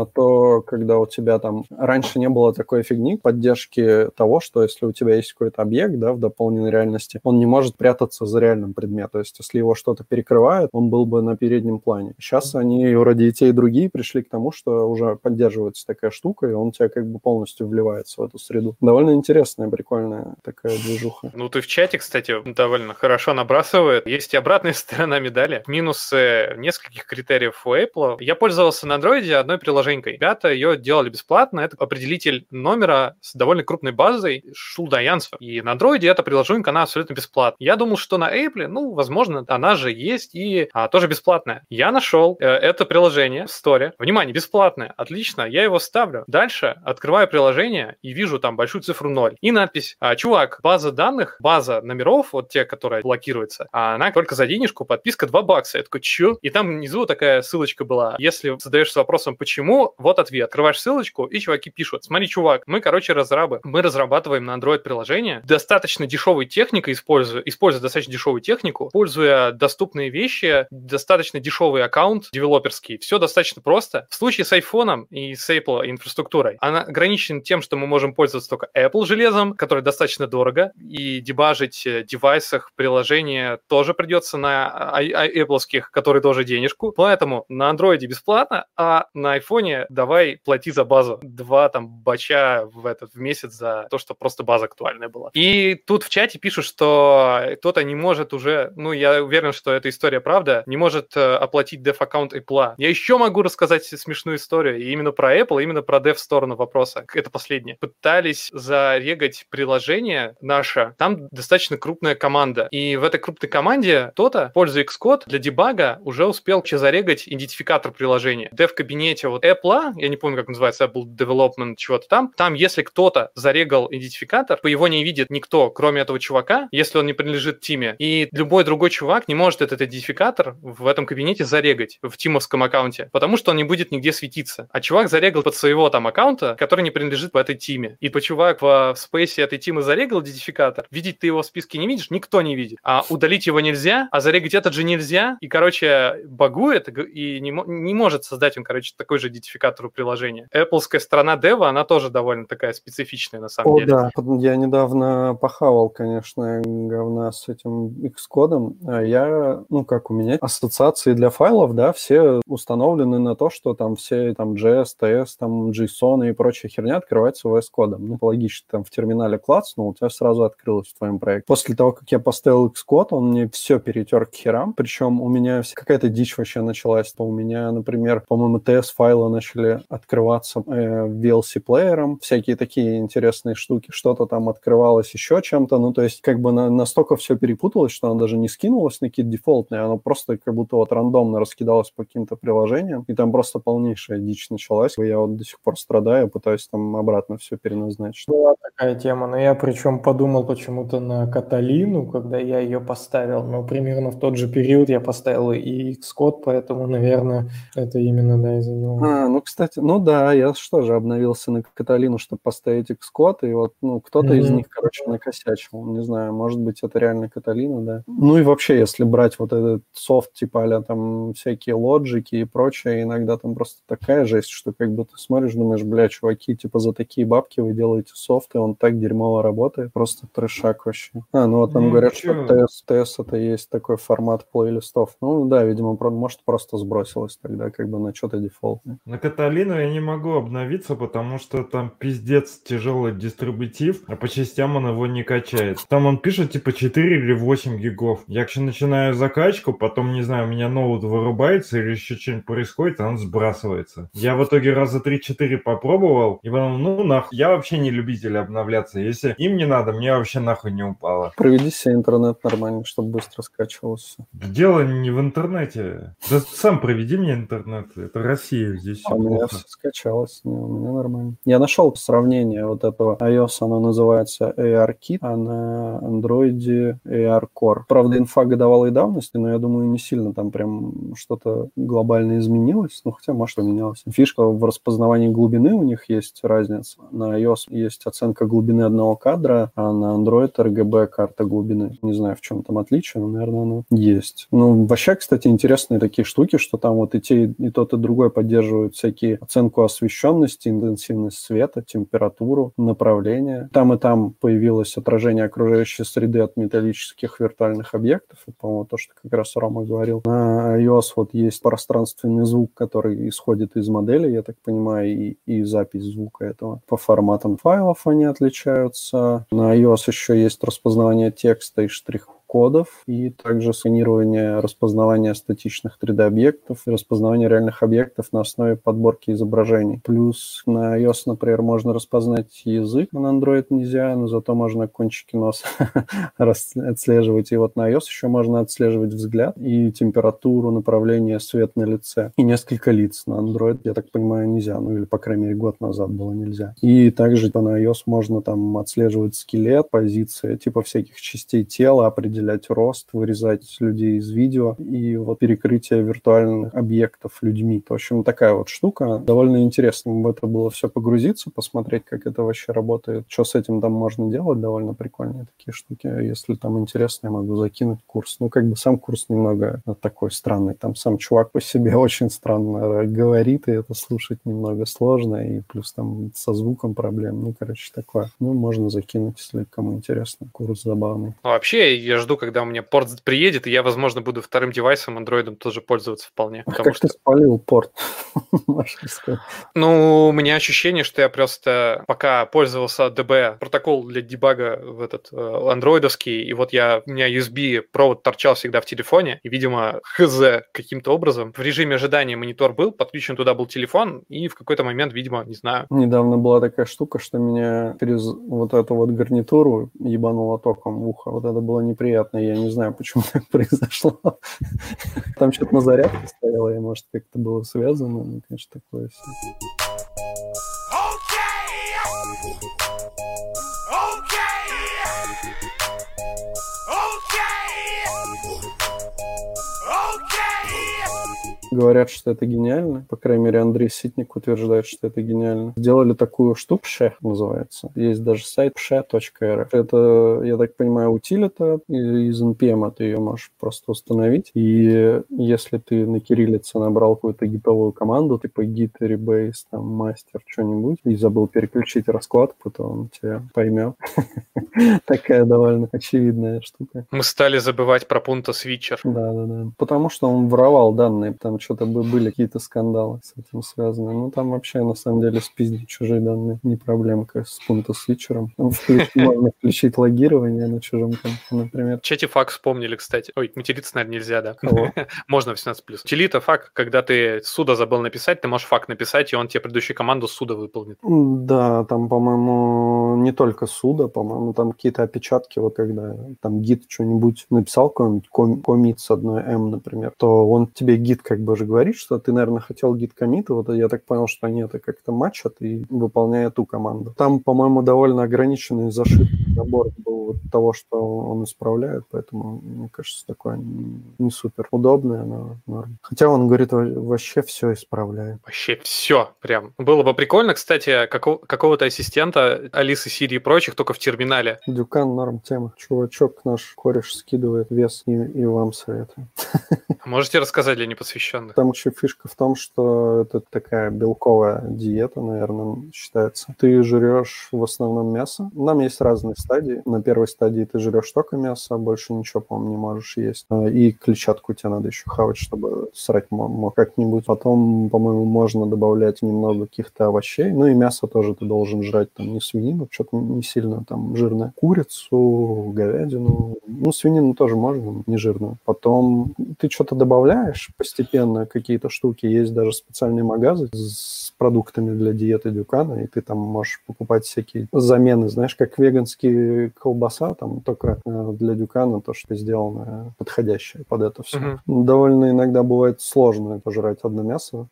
то, когда у тебя там раньше не было такой фигни, поддержки того, что если у тебя есть какой-то объект, да, в дополненной реальности, он не может прятаться за реальным предметом. То есть если его что-то перекрывает, он был бы на переднем плане. Сейчас они вроде и те, и другие пришли к тому, что уже поддерживается такая штука, и он у тебя как бы полностью вливается в эту среду. Довольно интересная, прикольная такая движуха. Ну, ты в чате, кстати, довольно хорошо набрасывает. Есть и обратная сторона медали. Минусы нескольких критериев у Apple. Я пользовался на Android одной приложенькой. Ребята ее делали бесплатно. Это определитель номера с довольно крупной базой Шулдаянцев. И на Android эта приложенька, она абсолютно бесплатна. Я думал, что на Apple, ну, возможно, она же есть и тоже бесплатная. Я нашел это приложение в Store. Внимание, бесплатное. Отлично, я его ставлю. Дальше открываю приложение и вижу там большую цифру 0. И надпись: чувак, база данных, база номеров, вот те, которые блокируются, она только за денежку, подписка $2. Я такой, чё? И там внизу такая ссылочка была. Если задаешься вопросом, почему, вот ответ. Открываешь ссылочку, и чуваки пишут: смотри, чувак, мы, разрабы. Мы разрабатываем на Android приложение, достаточно дешевой техникой используя достаточно дешевую технику, пользуя доступные вещи, достаточно дешевый аккаунт девелоперский. Все достаточно просто. В случае с iPhone и с Apple инфраструктурой, она ограничена тем, что мы можем пользоваться только Apple железом, которое достаточно дорого, и дебажить в девайсах приложения тоже придется на Apple-ских, которые тоже денежку. Поэтому на Android бесплатно, а на iPhone давай плати за базу. 2 там бача в месяц за то, что просто база актуальная была. И тут в чате пишут, что кто-то не может уже, ну, я уверен, что эта история правда, не может оплатить дев-аккаунт Apple. Я еще могу рассказать смешную историю, и именно про Apple, именно про дев-сторону вопроса. Это последнее. Пытались зарегать приложение наше, там достаточно крупная команда. И в этой крупной команде кто-то, пользуя Xcode, для дебага уже успел вообще зарегать идентификатор приложения. В дев-кабинете вот Apple, я не помню, как называется, Apple Development, чего-то там, если кто-то зарегал идентификатор, то его не видит никто, кроме этого чувака, если он не принадлежит тиме. И любой другой чувак не может этот идентификатор в этом кабинете зарегать в тимовском аккаунте, потому что он не будет нигде светиться. А чувак зарегал под своего там аккаунта, который не принадлежит в этой тиме. И чувак в спейсе этой тимы зарегал идентификатор, видеть ты его в списке не видишь, никто не видит. А удалить его нельзя, а зарегать этот же нельзя. И, багует и не может создать он, такой же идентификатор у приложения. Apple-ская сторона дева, она тоже довольно такая специфичная на самом деле. Да, я недавно похавал, конечно, говна с этим Xcode. Я, как у меня, ассоциации для файлов, да, все установлены на то, что там все там JS, TS, там JSON и прочая херня открывается VS кодом. Ну, логично, там в терминале клацнул, у тебя сразу открылось в твоем проекте. После того, как я поставил Xcode, он мне все перетер к херам, причем у меня какая-то дичь вообще началась. У меня, например, по-моему, TS-файлы начали открываться VLC-плеером, всякие такие интересные штуки, что-то там открывалось еще чем-то, ну, то есть, настолько все перепуталось, что оно даже не скинулось на какие-то дефолтные, оно просто как будто рандомно раскидалось по каким-то приложениям, и там просто полнейшая дичь началась. Я до сих пор страдаю, пытаюсь там обратно все переназначить. Была такая тема, но я причем подумал почему-то на Каталину, когда я ее поставил, но примерно в тот же период я поставил и Xcode, поэтому, наверное, это именно, из-за него. Кстати, да, я же обновился на Каталину, чтобы поставить Xcode, и кто-то из них, накосячил, не знаю, может быть, это реально Каталина, да. Ну и вообще, если брать этот софт, типа а-ля там всякие лоджики и прочее, иногда там просто такая жесть, что ты смотришь, думаешь, чуваки, за такие бабки вы делаете софт, и он так дерьмово работает, просто трешак вообще. Там говорят, что TS это есть такой формат плейлистов. Да, видимо, может, просто сбросилось тогда, на что-то дефолтное. На Каталину я не могу обновиться, потому что там пиздец тяжелый дистрибутив, а по частям он его не качает. Там он пишет 4 или 8 гигов. Я начинаю закачку, потом, не знаю, у меня ноут вырубается или еще что-нибудь происходит, и он сбрасывается. Я в итоге раза 3-4 попробовал, и потом, нахуй. Я вообще не любитель обновляться. Если им не надо, мне вообще нахуй не упало. Проведи себе интернет нормально, чтобы быстро скачивался. Дело не в интернете. Да сам проведи мне интернет. Это Россия, здесь все плохо. У меня все скачалось, у меня нормально. Я нашел сравнение этого iOS, оно называется ARKit, а на Android AR Core. Правда, инфа годовалой давности, но я думаю, не сильно там прям что-то глобально изменилось. Хотя, может, поменялось. Фишка в распознавании глубины у них них есть разница. На iOS есть оценка глубины одного кадра, а на Android RGB карта глубины. Не знаю, в чем там отличие, но, наверное, оно есть. Ну, вообще, кстати, интересные такие штуки, что там вот и тот, и другой поддерживают всякие оценку освещенности, интенсивность света, температуру, направление. Там и там появилось отражение окружающей среды от металлических виртуальных объектов. Это, по-моему, то, что как раз Рома говорил. На iOS вот есть пространственный звук, который исходит из модели, я так понимаю, и запись звука этого. По форматам файлов они отличаются. На iOS еще есть распознавание текста и штрих-кодов, и также сканирование, распознавание статичных 3D-объектов и распознавание реальных объектов на основе подборки изображений. Плюс на iOS, например, можно распознать язык, а на Android нельзя, но зато можно кончики носа отслеживать. И вот на iOS еще можно отслеживать взгляд и температуру, направление, свет на лице. И несколько лиц. На Android, я так понимаю, нельзя. Ну, или, по крайней мере, год назад было нельзя. И также на iOS можно там отслеживать скелет, позиции, типа всяких частей тела, определять рост, вырезать людей из видео и вот перекрытие виртуальных объектов людьми. В общем, такая вот штука. Довольно интересно в это было все погрузиться, посмотреть, как это вообще работает, что с этим там можно делать. Довольно прикольные такие штуки. Если там интересно, я могу закинуть курс. Ну, как бы сам курс немного такой странный. Там сам чувак по себе очень странно говорит, и это слушать немного сложно, и плюс там со звуком проблем. Ну, короче, такое. Ну, можно закинуть, если кому интересно. Курс забавный. А вообще, я жду, когда у меня порт приедет, и я, возможно, буду вторым девайсом, андроидом тоже пользоваться вполне. Как ты спалил порт? Ну, у меня ощущение, что я просто пока пользовался DB, протокол для дебага в этот андроидовский, и вот у меня USB-провод торчал всегда в телефоне, и, видимо, каким-то образом в режиме ожидания монитор был, подключен туда был телефон, и в какой-то момент, видимо, не знаю. Недавно была такая штука, что меня через вот эту вот гарнитуру ебануло током в ухо. Вот это было неприятно, я не знаю, почему так произошло. Там что-то на зарядке стояло, и, может, как-то было связано, ну, конечно, такое все. Говорят, что это гениально. По крайней мере, Андрей Ситник утверждает, что это гениально. Сделали такую штуку, Pshe называется. Есть даже сайт pshe.rf. Это, я так понимаю, утилита из NPM, ты ее можешь просто установить. И если ты на кириллице набрал какую-то гитовую команду, типа git, rebase, там, мастер, что-нибудь, и забыл переключить раскладку, то он тебя поймет. Такая довольно очевидная штука. Мы стали забывать про Punto Switcher. Да. Потому что он воровал данные, там что-то были какие-то скандалы с этим связаны. Ну, там вообще, на самом деле, спиздить чужие данные не проблемка с Punto Switcher. Можно включить логирование на чужом компе, например. В чате факт вспомнили, кстати. Ой, материться, наверное, нельзя, да? Можно в 17+. Утилита факт, когда ты суда забыл написать, ты можешь факт написать, и он тебе предыдущую команду суда выполнит. Да, там, по-моему, не только суда, по-моему, там какие-то опечатки, вот когда там гид что-нибудь написал, какой-нибудь коммит с одной M, например, то он тебе гид как бы же говорит, что ты, наверное, хотел гид коммит, вот я так понял, что они это как-то матчат и выполняют ту команду. Там, по-моему, довольно ограниченный зашитый набор был вот того, что он исправляет, поэтому, мне кажется, такое не супер удобное, но норм. Хотя он говорит, вообще все исправляет. Вообще все, прям. Было бы прикольно, кстати, какого-то ассистента, Алисы, Сири и прочих, только в терминале. Дюкан норм тема. Чувачок наш кореш скидывает вес и вам советую. Можете рассказать для непосвященных? Там еще фишка в том, что это такая белковая диета, наверное, считается. Ты жрешь в основном мясо. Там есть разные стадии. На первой стадии ты жрешь только мясо, больше ничего, по-моему, не можешь есть. И клетчатку тебе надо еще хавать, чтобы срать мог как-нибудь. Потом, по-моему, можно добавлять немного каких-то овощей. Ну и мясо тоже ты должен жрать, там, не свинину, что-то не сильно там жирное. Курицу, говядину. Ну, свинину тоже можно, не жирную. Потом ты что-то добавляешь постепенно, какие-то штуки. Есть даже специальные магазы с продуктами для диеты Дюкана, и ты там можешь покупать всякие замены, знаешь, как веганские колбаса, там только для Дюкана то, что сделано подходящее под это все. Довольно иногда бывает сложно пожрать одно мясо.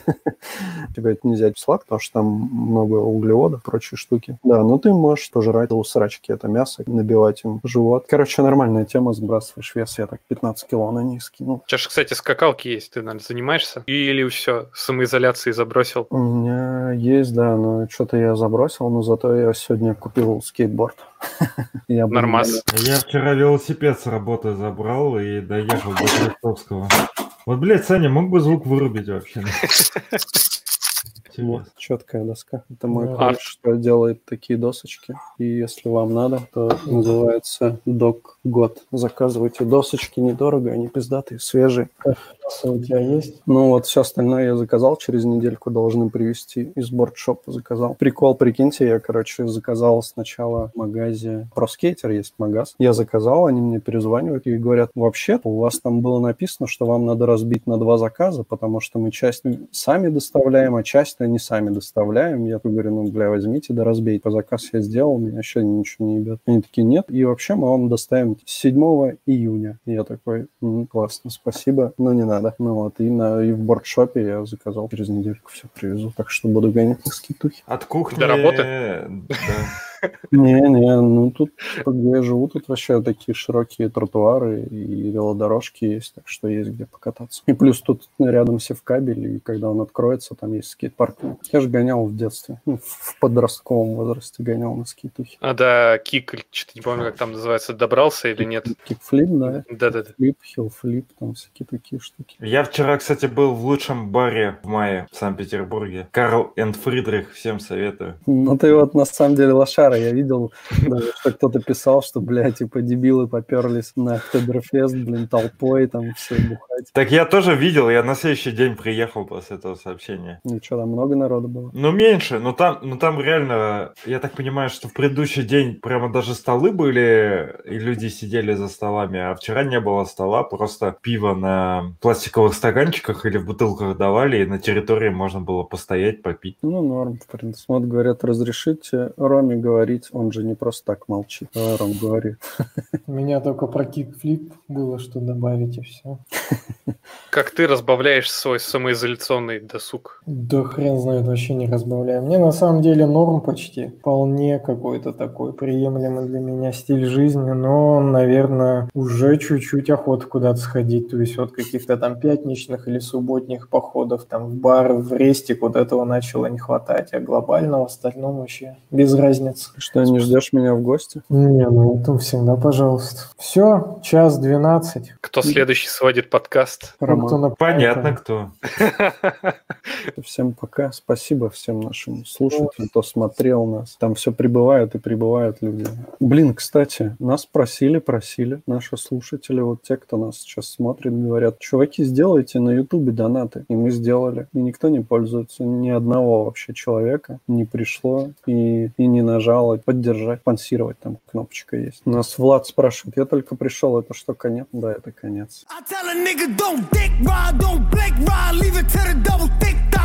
Тебе это нельзя сладко, потому что там много углеводов, прочие штуки. Да, но ты можешь пожрать у срачки это мясо, набивать им живот. Короче, нормальная тема, сбрасываешь вес, я так 15 кило на них скинул. У тебя же, кстати, скакалки есть, ты, наверное, занимаешься? Или все, самоизоляцией забросил? У меня Есть, да, но что-то я забросил, но зато я сегодня купил скейтборд. Нормас. Я вчера велосипед с работы забрал и доехал до Крестовского. Вот, блядь, Саня, мог бы звук вырубить вообще? Вот, четкая доска. Это мой Да. кореш, что делает такие досочки. И если вам надо, то называется DocGod. Заказывайте досочки, недорого, они пиздатые, свежие. У тебя есть? Ну вот все остальное я заказал, через недельку должны привезти из бордшопа заказал. Прикол, прикиньте, я, заказал сначала в магазе ProSkater, есть магаз. Я заказал, они мне перезванивают и говорят, вообще-то у вас там было написано, что вам надо разбить на 2 заказа, потому что мы часть сами доставляем, а часть не сами доставляем. Я говорю, возьмите, да разбейте. По заказ я сделал, меня вообще ничего не ебет. Они такие, нет, и вообще мы вам доставим 7 июня. И я такой, классно, спасибо, но не надо. И в бордшопе я заказал, через недельку все привезу. Так что буду гонять на скейтухе. От кухни... До работы? Да. Не, тут, где я живу, тут вообще такие широкие тротуары и велодорожки есть, так что есть где покататься. И плюс тут рядом севкабель, и когда он откроется, там есть скейт-парк. Я же гонял в детстве, в подростковом возрасте гонял на скейтухе. А до кик, что-то не помню, как там называется, добрался или нет? Кикфлип, да? Да-да-да. Флип, хилл-флип, там всякие такие штуки. Я вчера, кстати, был в лучшем баре в мае в Санкт-Петербурге. Карл энд Фридрих, всем советую. Ну ты вот на самом деле лошара. Я видел, даже, что кто-то писал, что, дебилы поперлись на Октоберфест, толпой, там все бухать. Так я тоже видел, я на следующий день приехал после этого сообщения. И что, там много народу было? Меньше, но там реально, я так понимаю, что в предыдущий день прямо даже столы были, и люди сидели за столами, а вчера не было стола, просто пиво на пластиковых стаканчиках или в бутылках давали, и на территории можно было постоять, попить. Норм, в принципе. Вот, говорят, разрешите Роме говорить, он же не просто так молчит. Давай, Ром, говори. У меня только про кикфлип было, что добавить, и все. Как ты разбавляешь свой самоизоляционный досуг? Да хрен знает, вообще не разбавляю. Мне на самом деле норм почти. Вполне какой-то такой приемлемый для меня стиль жизни, но, наверное, уже чуть-чуть охота куда-то сходить. То есть от каких-то там пятничных или субботних походов там в бар, в рестик, вот этого начало не хватать. А глобально в остальном вообще без разницы. Что, не ждешь меня в гости? Не, это всегда, пожалуйста. Все, 1:12. Кто следующий сводит подкаст? Понятно, кто. Всем пока. Спасибо всем нашим слушателям, кто смотрел нас. Там все прибывают и прибывают люди. Кстати, нас просили, наши слушатели, вот те, кто нас сейчас смотрит, говорят, чуваки, сделайте на Ютубе донаты. И мы сделали. И никто не пользуется, ни одного вообще человека не пришло и не нажало поддержать, спонсировать, там кнопочка есть. Нас Влад спрашивает, я только пришел, это что, конец? Да, это конец. I tell a nigga don't dick ride, don't blink ride, leave it to the double thick thigh.